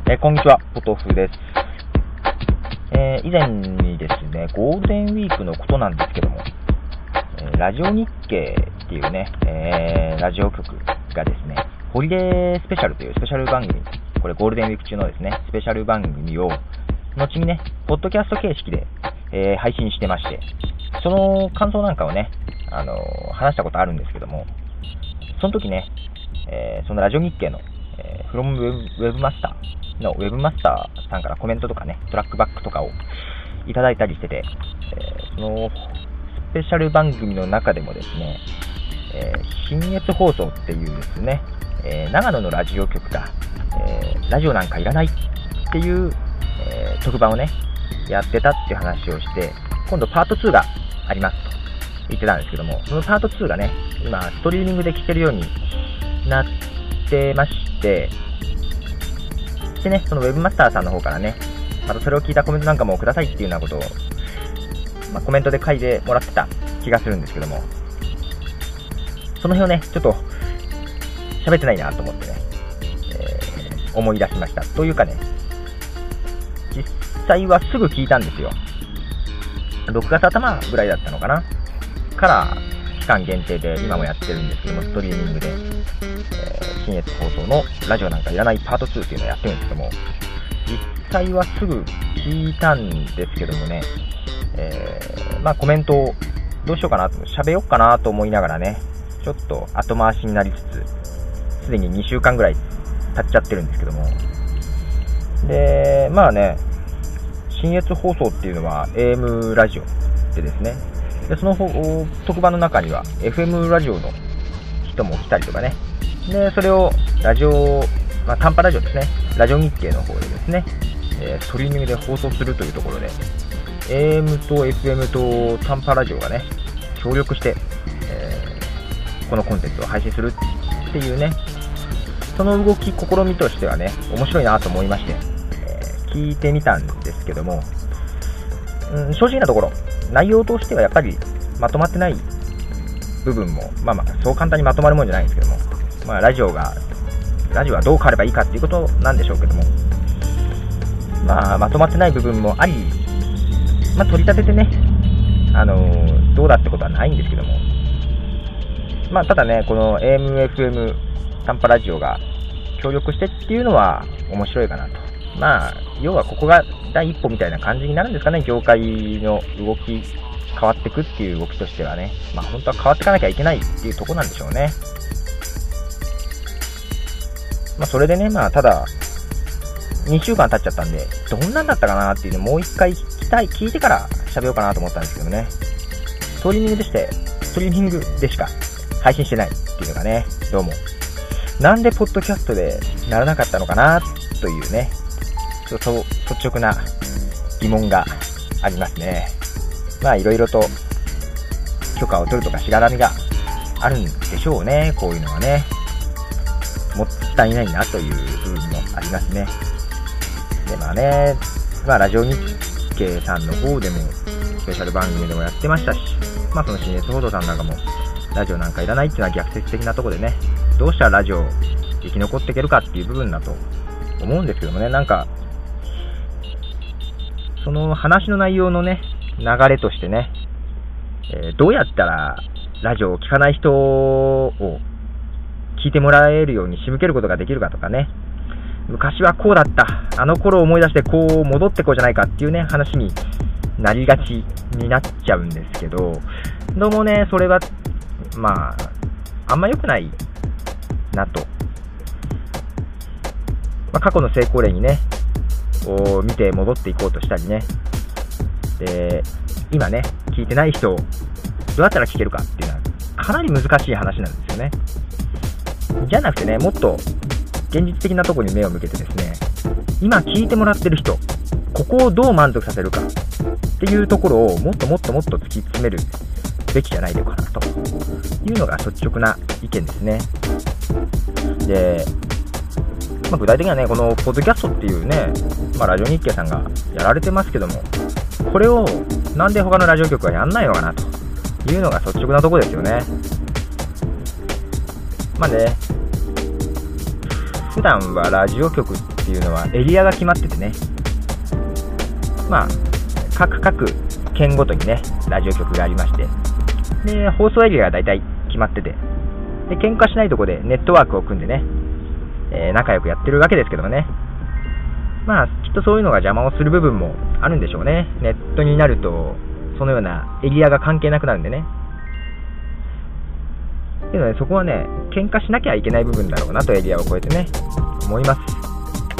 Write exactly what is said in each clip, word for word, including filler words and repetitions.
えー、こんにちは、ポトフです。えー、以前にですね、ゴールデンウィークのことなんですけども、えー、ラジオ日経っていうね、えー、ラジオ局がですね、ホリデースペシャルというスペシャル番組、これゴールデンウィーク中のですね、スペシャル番組を、後にね、ポッドキャスト形式で、えー、配信してまして、その感想なんかをね、あのー、話したことあるんですけども、その時ね、えー、そのラジオ日経の、えー、from Webmasterのウェブマスターさんからコメントとかね、トラックバックとかをいただいたりしてて、えー、そのスペシャル番組の中でもですね、えー、新越放送っていうですね、えー、長野のラジオ局が、えー、ラジオなんかいらないっていう、えー、特番をね、やってたっていう話をして、今度パートツーがありますと言ってたんですけども、そのパートツーがね、今ストリーミングで聴けるようになってまして、でね、そのウェブマスターさんの方からね、またそれを聞いたコメントなんかもくださいっていうようなことを、まあ、コメントで書いてもらってた気がするんですけども、その辺をね、ちょっと喋ってないなと思ってね、えー、思い出しました。というかね、実際はすぐ聞いたんですよ。ろくがつ頭ぐらいだったのかなから期間限定で今もやってるんですけども、ストリーミングで、えー、新越放送のラジオなんかいらないパートツーっていうのをやってるんですけども、実際はすぐ聞いたんですけどもね、えー、まあコメントをどうしようかなと、喋ようかなと思いながらね、ちょっと後回しになりつつ、すでににしゅうかんぐらい経っちゃってるんですけども、で、まあね、新越放送っていうのは エーエム ラジオでですね、でその特番の中には エフエム ラジオの人も来たりとかね、でそれをラジオ、まあ、短波ラジオですね、ラジオ日経の方でですね、えー、ストリーミングで放送するというところで エーエム と エフエム と短波ラジオがね協力して、えー、このコンテンツを配信するっていうね、その動き試みとしてはね面白いなと思いまして、えー、聞いてみたんですけども、うん、正直なところ内容としてはやっぱりまとまってない部分も、まあまあそう簡単にまとまるもんじゃないんですけども、まあラジオがラジオはどう変わればいいかっていうことなんでしょうけども、まあまとまってない部分もあり、まあ取り立ててね、あのー、どうだってことはないんですけども、まあただね、この エーエム エフエム 短波ラジオが協力してっていうのは面白いかなと。まあ要はここが第一歩みたいな感じになるんですかね、業界の動き変わっていくっていう動きとしてはね、まあ本当は変わっていかなきゃいけないっていうところなんでしょうね。まあそれでね、まあただにしゅうかん経っちゃったんで、どんなんだったかなっていうのをもう一回聞きたい、聞いてから喋ろうかなと思ったんですけどね、ストリーミングでして、ストリーミングでしか配信してないっていうのがね、どうもなんでポッドキャストでならなかったのかなというね、ちょっと率直な疑問がありますね。まあいろいろと許可を取るとかしがらみがあるんでしょうね。こういうのはね、もったいないなという部分もありますね。でまあね、まあラジオ日経さんの方でもスペシャル番組でもやってましたし、まあその新越放送さんなんかもラジオなんかいらないっていうのは逆説的なところでね、どうしたらラジオ生き残っていけるかっていう部分だと思うんですけどもね、なんかその話の内容のね流れとしてね、えー、どうやったらラジオを聞かない人を聞いてもらえるように仕向けることができるかとかね、昔はこうだった、あの頃を思い出してこう戻ってこうじゃないかっていうね話になりがちになっちゃうんですけど、どうもねそれはまああんま良くないなと、まあ、過去の成功例にねを見て戻っていこうとしたりね、で今ね聞いてない人をどうやったら聞けるかっていうのはかなり難しい話なんですよね。じゃなくてね、もっと現実的なところに目を向けてですね、今聞いてもらってる人、ここをどう満足させるかっていうところをもっともっともっと突き詰めるべきじゃないのかなというのが率直な意見ですね。で、まあ、具体的にはね、このポッドキャストっていうね、まあ、ラジオ日経さんがやられてますけども、これをなんで他のラジオ局はやんないのかなというのが率直なところですよね。まあね、普段はラジオ局ってっていうのはエリアが決まっててね、まあ各各県ごとにねラジオ局がありまして、で放送エリアがだいたい決まってて、で喧嘩しないとこでネットワークを組んでね、えー、仲良くやってるわけですけどもね、まあきっとそういうのが邪魔をする部分もあるんでしょうね。ネットになるとそのようなエリアが関係なくなるんでね。けどね、そこはね喧嘩しなきゃいけない部分だろうなと、エリアを超えてね思います。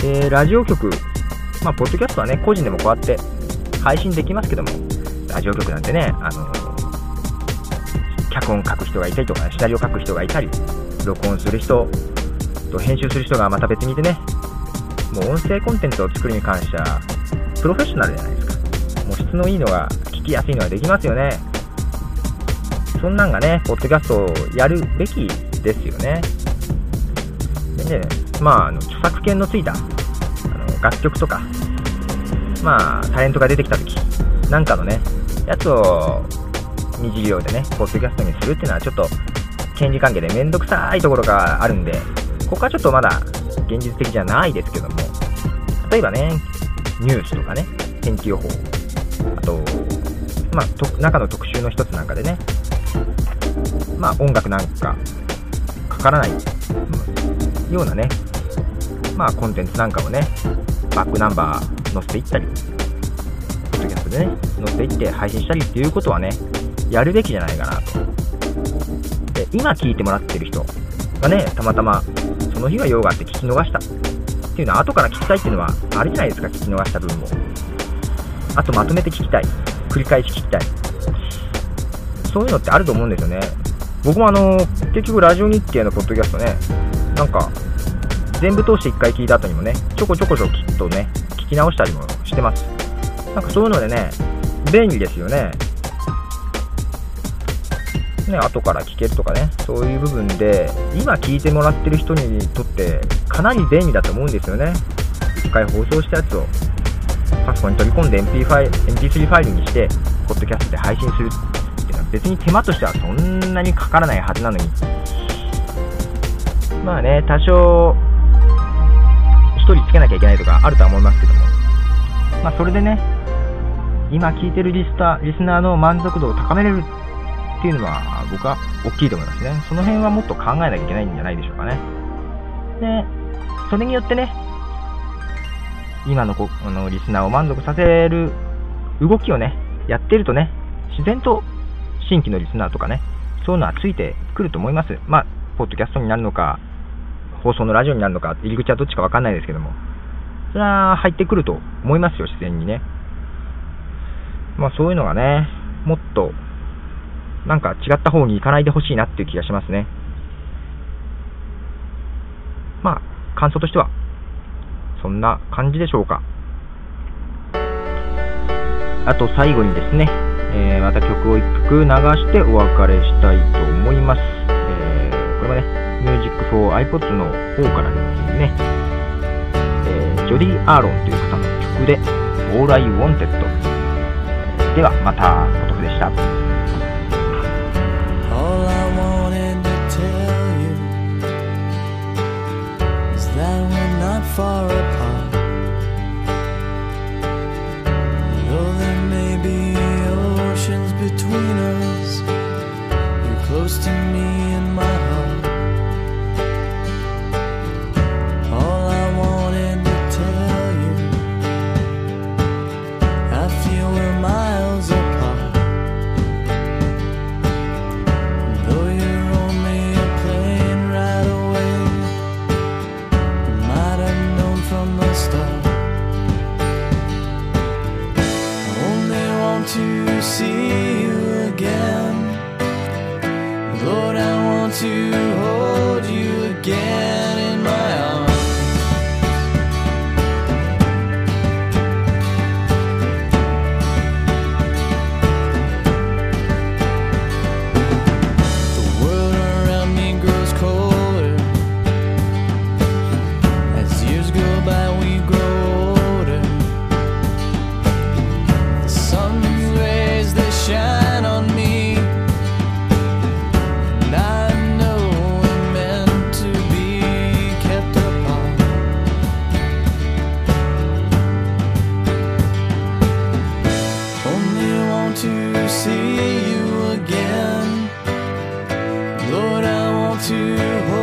でラジオ局、まあポッドキャストはね個人でもこうやって配信できますけども、ラジオ局なんてね、あの脚本書く人がいたりとか、シナリオ書く人がいたり、録音する人と編集する人がまた別にいてね、もう音声コンテンツを作るに関してはプロフェッショナルじゃないですか。もう質のいいのが聞きやすいのができますよね。そんなんがねポッドキャストをやるべきですよね。でね、まあ、あの著作権のついたあの楽曲とか、まあタレントが出てきた時なんかのねやつを二次利用でねポッドキャストにするっていうのはちょっと権利関係でめんどくさいところがあるんで、ここはちょっとまだ現実的じゃないですけども、例えばねニュースとかね天気予報、あとまあと中の特集の一つなんかでね、まあ音楽なんかかからないようなね、まあコンテンツなんかをねバックナンバー載せていったり、ポッドキャストでね載せていって配信したりっていうことはねやるべきじゃないかなと。で今聞いてもらってる人がねたまたまその日は用があって聞き逃したっていうのは後から聞きたいっていうのはあるじゃないですか。聞き逃した分もあとまとめて聞きたい、繰り返し聞きたい、そういうのってあると思うんですよね。僕もあの結局ラジオ日経のポッドキャストね、なんか全部通していっかい聞いた後にもねちょこちょこちょこきっとね聞き直したりもしてます。なんかそういうのでね便利ですよね。ね、後から聞けるとかね、そういう部分で今聞いてもらってる人にとってかなり便利だと思うんですよね。一回放送したやつをパソコンに取り込んで エムピーファイル、エムピースリー ファイルにしてポッドキャストで配信するっていうのは別に手間としてはそんなにかからないはずなのに、まあね多少一人つけなきゃいけないとかあるとは思いますけども、まあそれでね今聞いてるリスタリスナーの満足度を高めれるっていうのは僕は大きいと思いますね。その辺はもっと考えなきゃいけないんじゃないでしょうかね。でそれによってね今のこあのリスナーを満足させる動きをねやってるとね、自然と新規のリスナーとかねそういうのはついてくると思います。まあポッドキャストになるのか放送のラジオになるのか入り口はどっちか分かんないですけども、それは入ってくると思いますよ、自然にね。まあそういうのがねもっとなんか違った方に行かないでほしいなっていう気がしますね。まあ感想としてはそんな感じでしょうか。あと最後にですね、えー、また曲を一曲流してお別れしたいと思います。えー、これはね Music for iPods の方からですね、えー、ジョディ・アーロンという方の曲で All I Wanted、えー、ではまたおとふでした。 Far apart, though there may be oceans between us, you're close to me in my heart. All I wanted to tell you, I feel we're miles apart, though you're only a plane ride away. From the start, I only want to see you again. Lord, I want to hold you again in my arms. The world around me grows colder as years go by, we grow older. The sun's rays, they shine on me, and I know we're meant to be want to hold